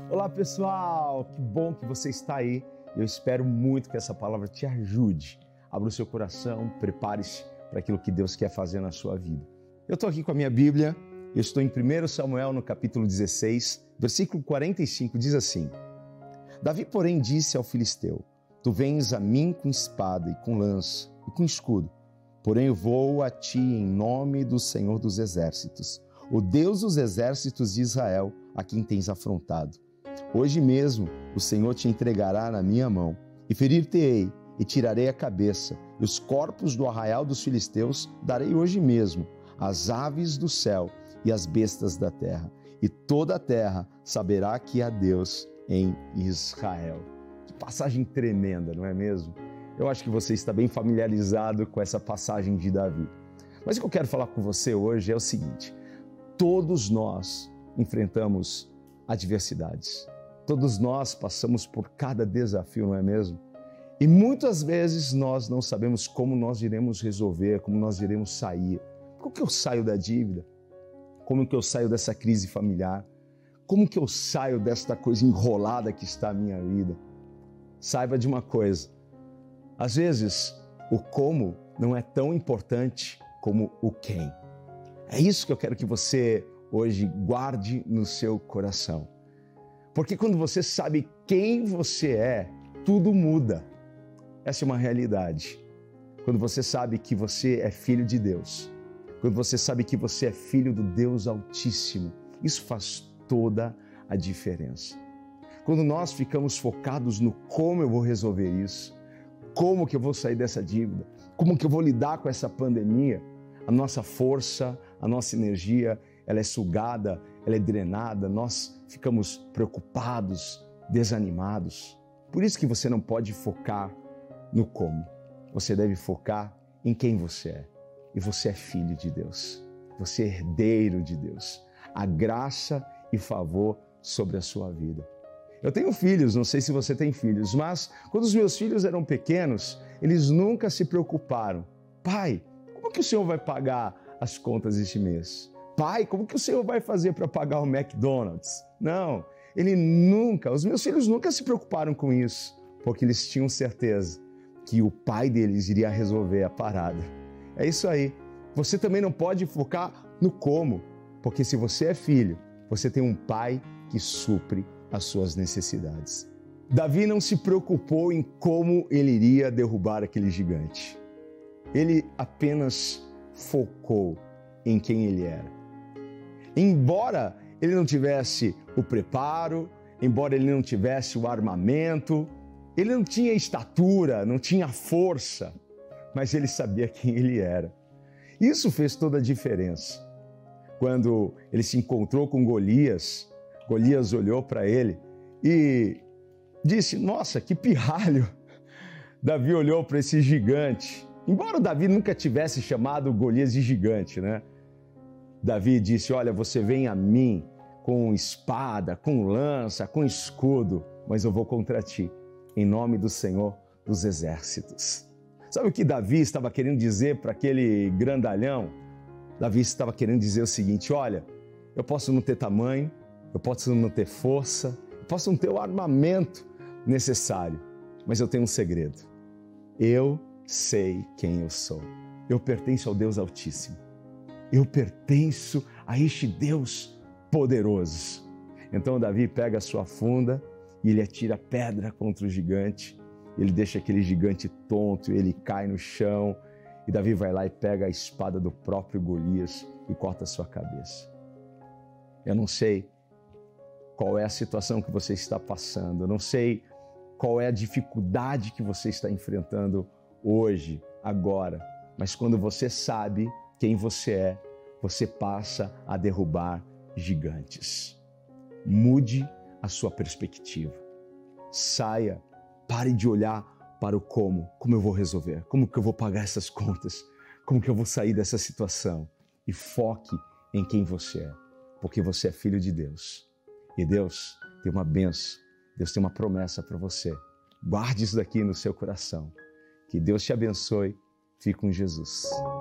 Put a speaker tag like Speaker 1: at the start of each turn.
Speaker 1: Olá pessoal, que bom que você está aí. Eu espero muito que essa palavra te ajude. Abra o seu coração, prepare-se para aquilo que Deus quer fazer na sua vida. Eu estou aqui com a minha Bíblia, eu estou em 1 Samuel no capítulo 16, versículo 45, diz assim: Davi, porém, disse ao filisteu: Tu vens a mim com espada e com lança e com escudo, porém eu vou a ti em nome do Senhor dos Exércitos, o Deus dos exércitos de Israel, a quem tens afrontado. Hoje mesmo o Senhor te entregará na minha mão, e ferir-te-ei, e tirarei a cabeça, e os corpos do arraial dos filisteus darei hoje mesmo às aves do céu e às bestas da terra, e toda a terra saberá que há Deus em Israel. Que passagem tremenda, não é mesmo? Eu acho que você está bem familiarizado com essa passagem de Davi. Mas o que eu quero falar com você hoje é o seguinte: todos nós enfrentamos adversidades. Todos nós passamos por cada desafio, não é mesmo? E muitas vezes nós não sabemos como nós iremos resolver, como nós iremos sair. Como que eu saio da dívida? Como que eu saio dessa crise familiar? Como que eu saio desta coisa enrolada que está a minha vida? Saiba de uma coisa: às vezes o como não é tão importante como o quem. É isso que eu quero que você hoje guarde no seu coração. Porque quando você sabe quem você é, tudo muda. Essa é uma realidade. Quando você sabe que você é filho de Deus, quando você sabe que você é filho do Deus Altíssimo, isso faz toda a diferença. Quando nós ficamos focados no como eu vou resolver isso, como que eu vou sair dessa dívida, como que eu vou lidar com essa pandemia, a nossa força, a nossa energia, ela é sugada, ela é drenada, nós ficamos preocupados, desanimados. Por isso que você não pode focar no como. Você deve focar em quem você é. E você é filho de Deus. Você é herdeiro de Deus. A graça e favor sobre a sua vida. Eu tenho filhos, não sei se você tem filhos, mas quando os meus filhos eram pequenos, eles nunca se preocuparam. Pai, como que o senhor vai pagar as contas este mês? Pai, como que o senhor vai fazer para pagar o McDonald's? Não, os meus filhos nunca se preocuparam com isso, porque eles tinham certeza que o pai deles iria resolver a parada. É isso aí. Você também não pode focar no como, porque se você é filho, você tem um pai que supre as suas necessidades. Davi não se preocupou em como ele iria derrubar aquele gigante. Ele apenas focou em quem ele era. Embora ele não tivesse o preparo, embora ele não tivesse o armamento, ele não tinha estatura, não tinha força, mas ele sabia quem ele era. Isso fez toda a diferença. Quando ele se encontrou com Golias, Golias olhou para ele e disse: Nossa, que pirralho! Davi olhou para esse gigante. Embora Davi nunca tivesse chamado Golias de gigante, né? Davi disse: Olha, você vem a mim com espada, com lança, com escudo, mas eu vou contra ti, em nome do Senhor dos Exércitos. Sabe o que Davi estava querendo dizer para aquele grandalhão? Davi estava querendo dizer o seguinte: olha, eu posso não ter tamanho, eu posso não ter força, eu posso não ter o armamento necessário, mas eu tenho um segredo. Eu sei quem eu sou. Eu pertenço ao Deus Altíssimo. Eu pertenço a este Deus poderoso. Então Davi pega a sua funda e ele atira pedra contra o gigante. Ele deixa aquele gigante tonto, ele cai no chão. E Davi vai lá e pega a espada do próprio Golias e corta a sua cabeça. Eu não sei qual é a situação que você está passando. Eu não sei qual é a dificuldade que você está enfrentando hoje, agora. Mas quando você sabe quem você é, você passa a derrubar gigantes. Mude a sua perspectiva. Saia, pare de olhar para o como eu vou resolver, como que eu vou pagar essas contas, como que eu vou sair dessa situação. E foque em quem você é, porque você é filho de Deus. E Deus tem uma bênção, Deus tem uma promessa para você. Guarde isso daqui no seu coração. Que Deus te abençoe. Fique com Jesus.